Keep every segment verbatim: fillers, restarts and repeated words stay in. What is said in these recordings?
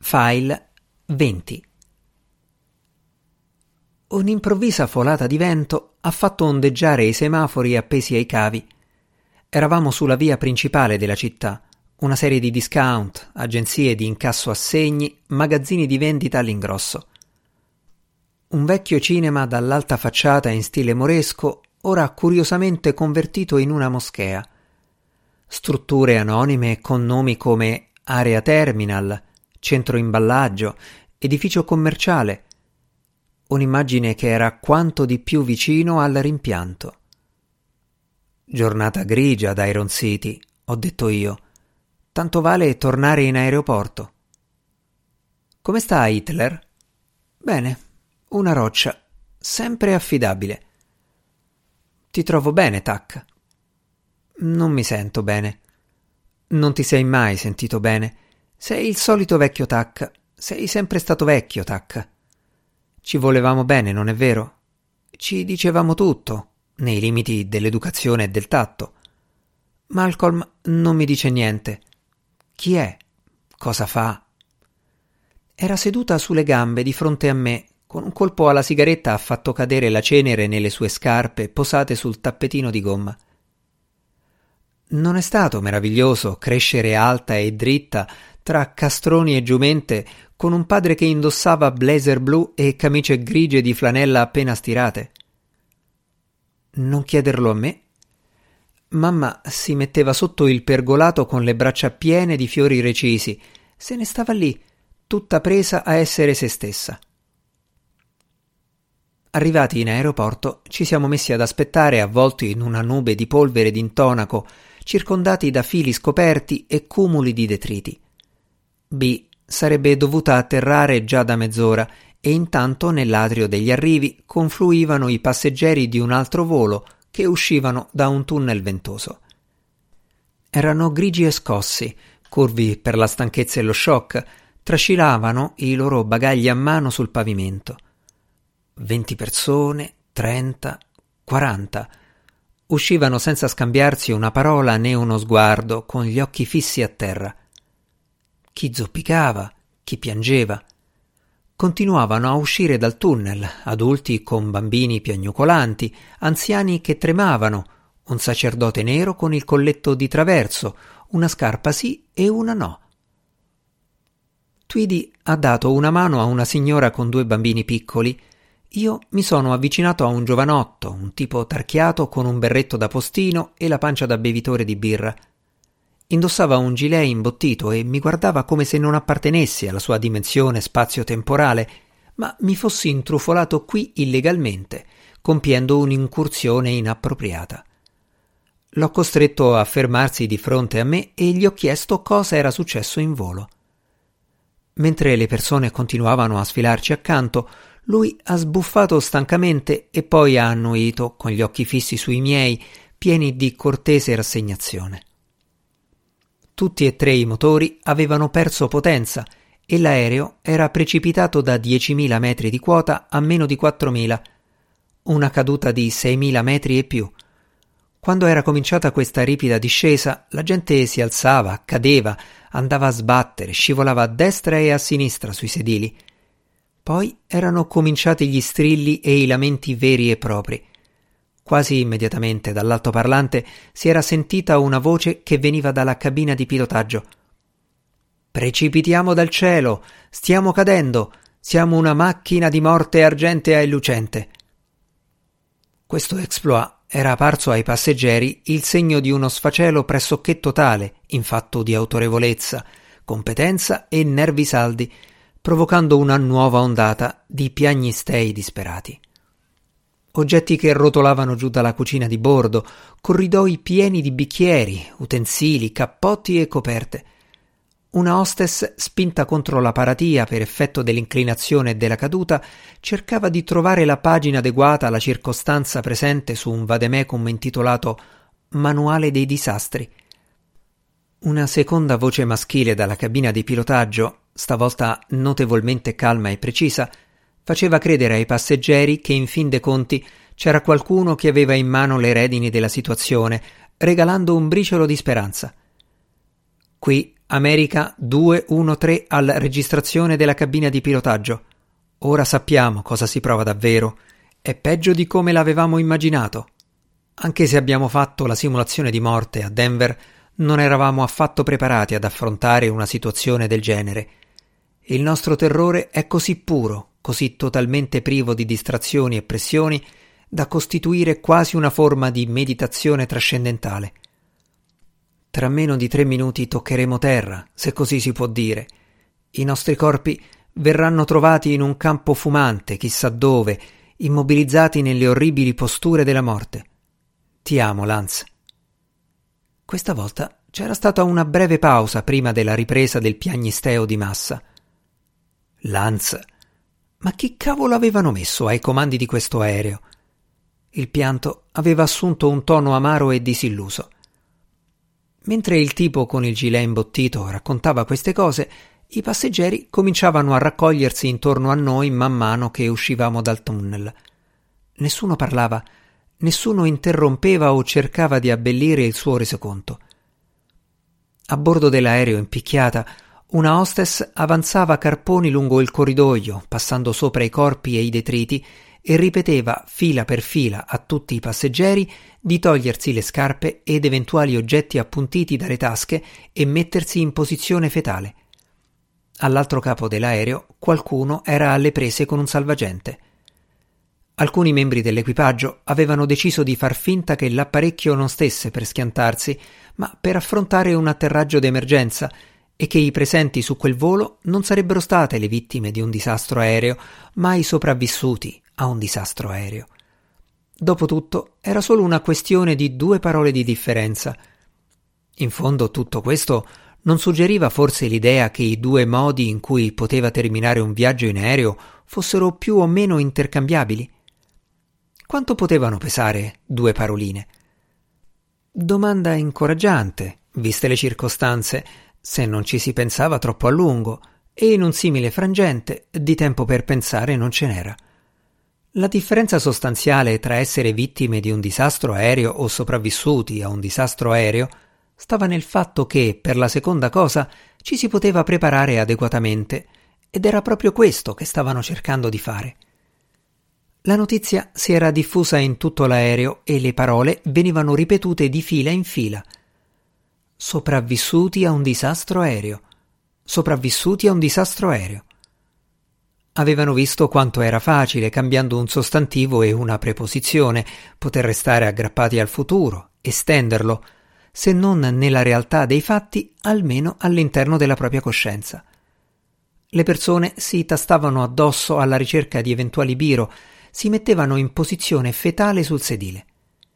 File venti. Un'improvvisa folata di vento ha fatto ondeggiare i semafori appesi ai cavi. Eravamo sulla via principale della città, una serie di discount, agenzie di incasso assegni, magazzini di vendita all'ingrosso. Un vecchio cinema dall'alta facciata in stile moresco, ora curiosamente convertito in una moschea. Strutture anonime con nomi come Area Terminal, Centro Imballaggio, Edificio Commerciale. Un'immagine che era quanto di più vicino al rimpianto. Giornata grigia ad Iron City, ho detto io. Tanto vale tornare in aeroporto. Come sta Hitler? Bene, una roccia, sempre affidabile. Ti trovo bene, Tac? Non mi sento bene. Non ti sei mai sentito bene. Sei il solito vecchio Tac. Sei sempre stato vecchio, Tac. Ci volevamo bene, non è vero? Ci dicevamo tutto, nei limiti dell'educazione e del tatto. Malcolm non mi dice niente. Chi è? Cosa fa? Era seduta sulle gambe di fronte a me. Con un colpo alla sigaretta ha fatto cadere la cenere nelle sue scarpe posate sul tappetino di gomma. Non è stato meraviglioso crescere alta e dritta tra castroni e giumente con un padre che indossava blazer blu e camicie grigie di flanella appena stirate? Non chiederlo a me? Mamma si metteva sotto il pergolato con le braccia piene di fiori recisi. Se ne stava lì, tutta presa a essere se stessa. Arrivati in aeroporto, ci siamo messi ad aspettare avvolti in una nube di polvere d'intonaco, circondati da fili scoperti e cumuli di detriti. B sarebbe dovuta atterrare già da mezz'ora e intanto nell'atrio degli arrivi confluivano i passeggeri di un altro volo che uscivano da un tunnel ventoso. Erano grigi e scossi, curvi per la stanchezza e lo shock, trascinavano i loro bagagli a mano sul pavimento. Venti persone, trenta, quaranta. Uscivano senza scambiarsi una parola né uno sguardo, con gli occhi fissi a terra. Chi zoppicava, chi piangeva. Continuavano a uscire dal tunnel, adulti con bambini piagnucolanti, anziani che tremavano, un sacerdote nero con il colletto di traverso, una scarpa sì e una no. Tweedy ha dato una mano a una signora con due bambini piccoli. Io mi sono avvicinato a un giovanotto, un tipo tarchiato con un berretto da postino e la pancia da bevitore di birra. Indossava un gilet imbottito e mi guardava come se non appartenesse alla sua dimensione spazio-temporale, ma mi fossi intrufolato qui illegalmente, compiendo un'incursione inappropriata. L'ho costretto a fermarsi di fronte a me e gli ho chiesto cosa era successo in volo. Mentre le persone continuavano a sfilarci accanto, lui ha sbuffato stancamente e poi ha annuito, con gli occhi fissi sui miei, pieni di cortese rassegnazione. Tutti e tre i motori avevano perso potenza e l'aereo era precipitato da diecimila metri di quota a meno di quattromila, una caduta di seimila metri e più. Quando era cominciata questa ripida discesa, la gente si alzava, cadeva, andava a sbattere, scivolava a destra e a sinistra sui sedili. Poi erano cominciati gli strilli e i lamenti veri e propri. Quasi immediatamente dall'altoparlante si era sentita una voce che veniva dalla cabina di pilotaggio. «Precipitiamo dal cielo! Stiamo cadendo! Siamo una macchina di morte argentea e lucente!» Questo exploit era apparso ai passeggeri il segno di uno sfacelo pressoché totale in fatto di autorevolezza, competenza e nervi saldi, provocando una nuova ondata di piagnistei disperati. Oggetti che rotolavano giù dalla cucina di bordo, corridoi pieni di bicchieri, utensili, cappotti e coperte. Una hostess, spinta contro la paratia per effetto dell'inclinazione e della caduta, cercava di trovare la pagina adeguata alla circostanza presente su un vademecum intitolato Manuale dei disastri. Una seconda voce maschile dalla cabina di pilotaggio, stavolta notevolmente calma e precisa, faceva credere ai passeggeri che in fin dei conti c'era qualcuno che aveva in mano le redini della situazione, regalando un briciolo di speranza. Qui America due uno tre alla registrazione della cabina di pilotaggio. Ora sappiamo cosa si prova davvero. È peggio di come l'avevamo immaginato. Anche se abbiamo fatto la simulazione di morte a Denver, non eravamo affatto preparati ad affrontare una situazione del genere. Il nostro terrore è così puro, così totalmente privo di distrazioni e pressioni, da costituire quasi una forma di meditazione trascendentale. Tra meno di tre minuti toccheremo terra, se così si può dire. I nostri corpi verranno trovati in un campo fumante, chissà dove, immobilizzati nelle orribili posture della morte. Ti amo, Lance. Questa volta c'era stata una breve pausa prima della ripresa del piagnisteo di massa. Lance, ma chi cavolo avevano messo ai comandi di questo aereo? Il pianto aveva assunto un tono amaro e disilluso. Mentre il tipo con il gilet imbottito raccontava queste cose, i passeggeri cominciavano a raccogliersi intorno a noi man mano che uscivamo dal tunnel. Nessuno parlava, nessuno interrompeva o cercava di abbellire il suo resoconto. A bordo dell'aereo in picchiata, una hostess avanzava carponi lungo il corridoio, passando sopra i corpi e i detriti, e ripeteva fila per fila a tutti i passeggeri di togliersi le scarpe ed eventuali oggetti appuntiti dalle tasche e mettersi in posizione fetale. All'altro capo dell'aereo qualcuno era alle prese con un salvagente. Alcuni membri dell'equipaggio avevano deciso di far finta che l'apparecchio non stesse per schiantarsi, ma per affrontare un atterraggio d'emergenza, e che i presenti su quel volo non sarebbero state le vittime di un disastro aereo, ma i sopravvissuti a un disastro aereo. Dopotutto era solo una questione di due parole di differenza. In fondo tutto questo non suggeriva forse l'idea che i due modi in cui poteva terminare un viaggio in aereo fossero più o meno intercambiabili? Quanto potevano pesare due paroline? Domanda incoraggiante, viste le circostanze, se non ci si pensava troppo a lungo, e in un simile frangente di tempo per pensare non ce n'era. La differenza sostanziale tra essere vittime di un disastro aereo o sopravvissuti a un disastro aereo stava nel fatto che, per la seconda cosa, ci si poteva preparare adeguatamente, ed era proprio questo che stavano cercando di fare. La notizia si era diffusa in tutto l'aereo e le parole venivano ripetute di fila in fila. Sopravvissuti a un disastro aereo. Sopravvissuti a un disastro aereo. Avevano visto quanto era facile, cambiando un sostantivo e una preposizione, poter restare aggrappati al futuro, estenderlo, se non nella realtà dei fatti, almeno all'interno della propria coscienza. Le persone si tastavano addosso alla ricerca di eventuali biro, si mettevano in posizione fetale sul sedile.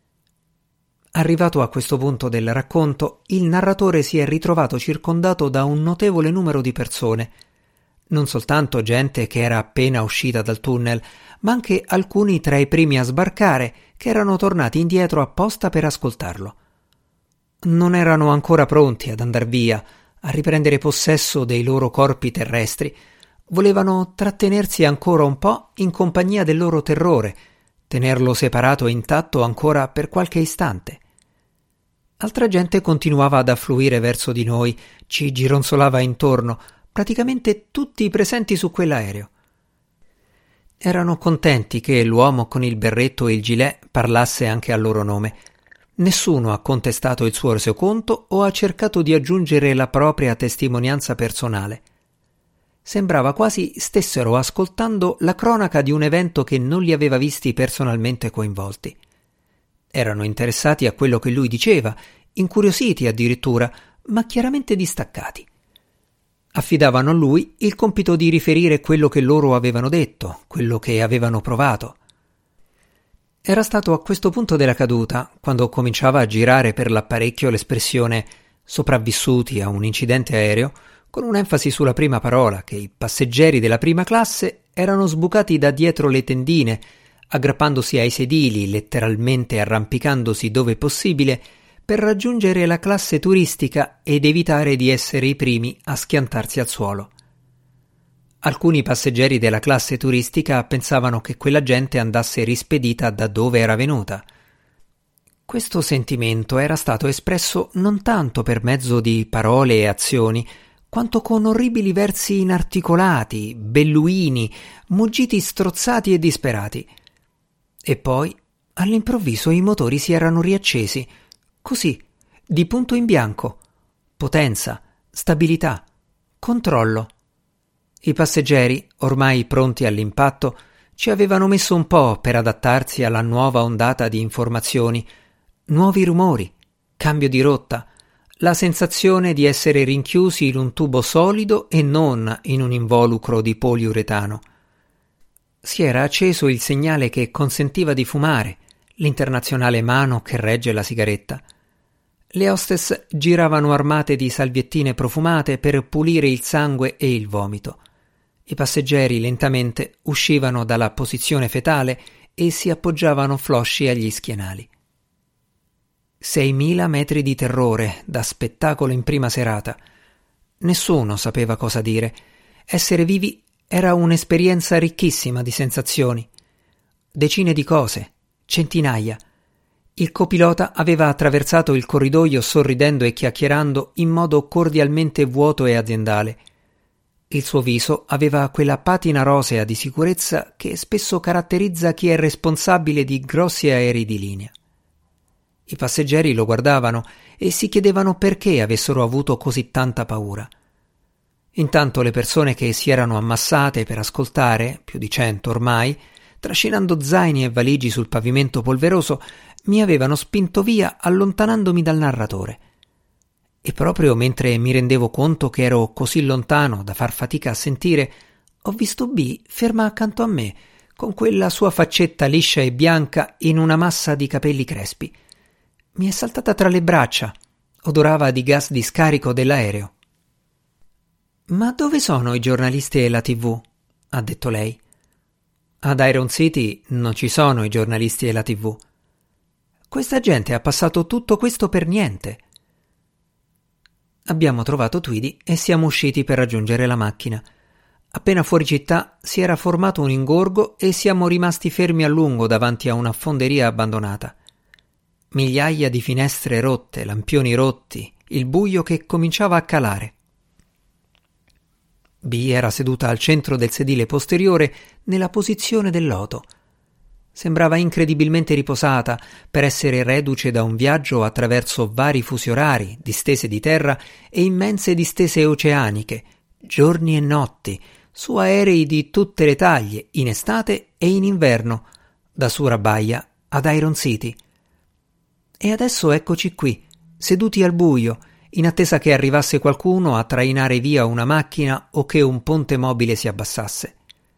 Arrivato a questo punto del racconto, il narratore si è ritrovato circondato da un notevole numero di persone, non soltanto gente che era appena uscita dal tunnel, ma anche alcuni tra i primi a sbarcare che erano tornati indietro apposta per ascoltarlo. Non erano ancora pronti ad andar via, a riprendere possesso dei loro corpi terrestri. Volevano trattenersi ancora un po' in compagnia del loro terrore, tenerlo separato e intatto ancora per qualche istante. Altra gente continuava ad affluire verso di noi, ci gironzolava intorno, praticamente tutti i presenti su quell'aereo. Erano contenti che l'uomo con il berretto e il gilet parlasse anche a loro nome. Nessuno ha contestato il suo resoconto o ha cercato di aggiungere la propria testimonianza personale. Sembrava quasi stessero ascoltando la cronaca di un evento che non li aveva visti personalmente coinvolti. Erano interessati a quello che lui diceva, incuriositi addirittura, ma chiaramente distaccati. Affidavano a lui il compito di riferire quello che loro avevano detto, quello che avevano provato. Era stato a questo punto della caduta, quando cominciava a girare per l'apparecchio l'espressione sopravvissuti a un incidente aereo, con un'enfasi sulla prima parola, che i passeggeri della prima classe erano sbucati da dietro le tendine, aggrappandosi ai sedili, letteralmente arrampicandosi dove possibile, per raggiungere la classe turistica ed evitare di essere i primi a schiantarsi al suolo. Alcuni passeggeri della classe turistica pensavano che quella gente andasse rispedita da dove era venuta. Questo sentimento era stato espresso non tanto per mezzo di parole e azioni, quanto con orribili versi inarticolati, belluini, muggiti strozzati e disperati. E poi, all'improvviso, i motori si erano riaccesi, così, di punto in bianco. Potenza, stabilità, controllo. I passeggeri, ormai pronti all'impatto, ci avevano messo un po' per adattarsi alla nuova ondata di informazioni, nuovi rumori, cambio di rotta, la sensazione di essere rinchiusi in un tubo solido e non in un involucro di poliuretano. Si era acceso il segnale che consentiva di fumare, l'internazionale mano che regge la sigaretta. Le hostess giravano armate di salviettine profumate per pulire il sangue e il vomito. I passeggeri lentamente uscivano dalla posizione fetale e si appoggiavano flosci agli schienali. Seimila metri di terrore da spettacolo in prima serata. Nessuno sapeva cosa dire. Essere vivi era un'esperienza ricchissima di sensazioni. Decine di cose, centinaia. Il copilota aveva attraversato il corridoio sorridendo e chiacchierando in modo cordialmente vuoto e aziendale. Il suo viso aveva quella patina rosea di sicurezza che spesso caratterizza chi è responsabile di grossi aerei di linea. I passeggeri lo guardavano e si chiedevano perché avessero avuto così tanta paura. Intanto le persone che si erano ammassate per ascoltare, più di cento ormai, trascinando zaini e valigi sul pavimento polveroso, mi avevano spinto via allontanandomi dal narratore. E proprio mentre mi rendevo conto che ero così lontano da far fatica a sentire, ho visto B ferma accanto a me, con quella sua faccetta liscia e bianca in una massa di capelli crespi. Mi è saltata tra le braccia, odorava di gas di scarico dell'aereo. «Ma dove sono i giornalisti e la tivù?» ha detto lei. «Ad Iron City non ci sono i giornalisti e la tivù. Questa gente ha passato tutto questo per niente». Abbiamo trovato Tweedy e siamo usciti per raggiungere la macchina. Appena fuori città si era formato un ingorgo e siamo rimasti fermi a lungo davanti a una fonderia abbandonata. Migliaia di finestre rotte, lampioni rotti, il buio che cominciava a calare. B era seduta al centro del sedile posteriore nella posizione del loto. Sembrava incredibilmente riposata per essere reduce da un viaggio attraverso vari fusi orari, distese di terra e immense distese oceaniche, giorni e notti, su aerei di tutte le taglie, in estate e in inverno, da Surabaya ad Iron City. E adesso eccoci qui, seduti al buio, in attesa che arrivasse qualcuno a trainare via una macchina o che un ponte mobile si abbassasse.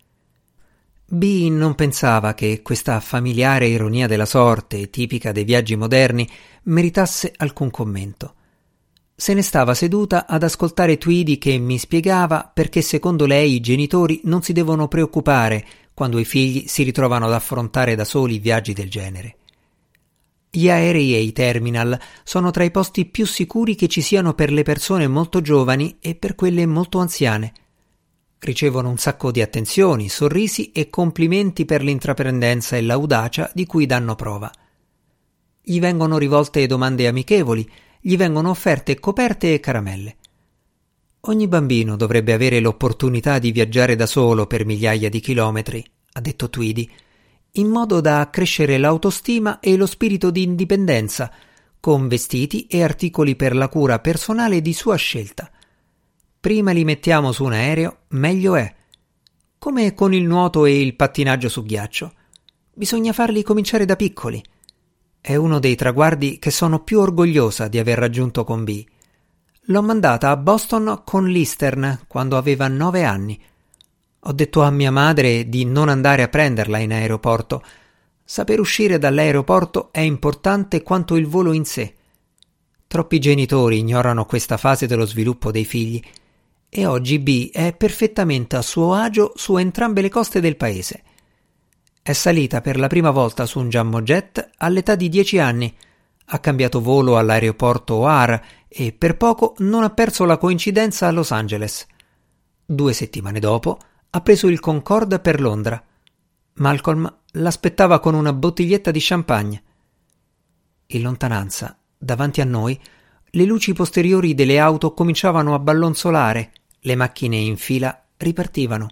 B non pensava che questa familiare ironia della sorte, tipica dei viaggi moderni, meritasse alcun commento. Se ne stava seduta ad ascoltare Tweedy che mi spiegava perché secondo lei i genitori non si devono preoccupare quando i figli si ritrovano ad affrontare da soli viaggi del genere. Gli aerei e i terminal sono tra i posti più sicuri che ci siano per le persone molto giovani e per quelle molto anziane. Ricevono un sacco di attenzioni, sorrisi e complimenti per l'intraprendenza e l'audacia di cui danno prova. Gli vengono rivolte domande amichevoli, gli vengono offerte coperte e caramelle. Ogni bambino dovrebbe avere l'opportunità di viaggiare da solo per migliaia di chilometri, ha detto Tweedy, in modo da accrescere l'autostima e lo spirito di indipendenza, con vestiti e articoli per la cura personale di sua scelta. Prima li mettiamo su un aereo, meglio è. Come con il nuoto e il pattinaggio su ghiaccio. Bisogna farli cominciare da piccoli. È uno dei traguardi che sono più orgogliosa di aver raggiunto con B. L'ho mandata a Boston con l'Eastern quando aveva nove anni. Ho detto a mia madre di non andare a prenderla in aeroporto. Saper uscire dall'aeroporto è importante quanto il volo in sé. Troppi genitori ignorano questa fase dello sviluppo dei figli e oggi B è perfettamente a suo agio su entrambe le coste del paese. È salita per la prima volta su un Jumbo Jet all'età di dieci anni, ha cambiato volo all'aeroporto O'Hare e per poco non ha perso la coincidenza a Los Angeles. Due settimane dopo ha preso il Concorde per Londra. Malcolm l'aspettava con una bottiglietta di champagne. in lontananza, davanti a noi, le luci posteriori delle auto cominciavano a ballonzolare, le macchine in fila ripartivano.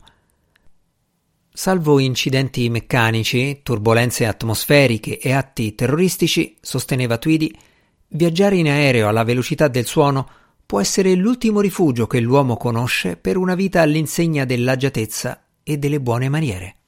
Salvo incidenti meccanici, turbolenze atmosferiche e atti terroristici, sosteneva Tweedy, viaggiare in aereo alla velocità del suono può essere l'ultimo rifugio che l'uomo conosce per una vita all'insegna dell'agiatezza e delle buone maniere.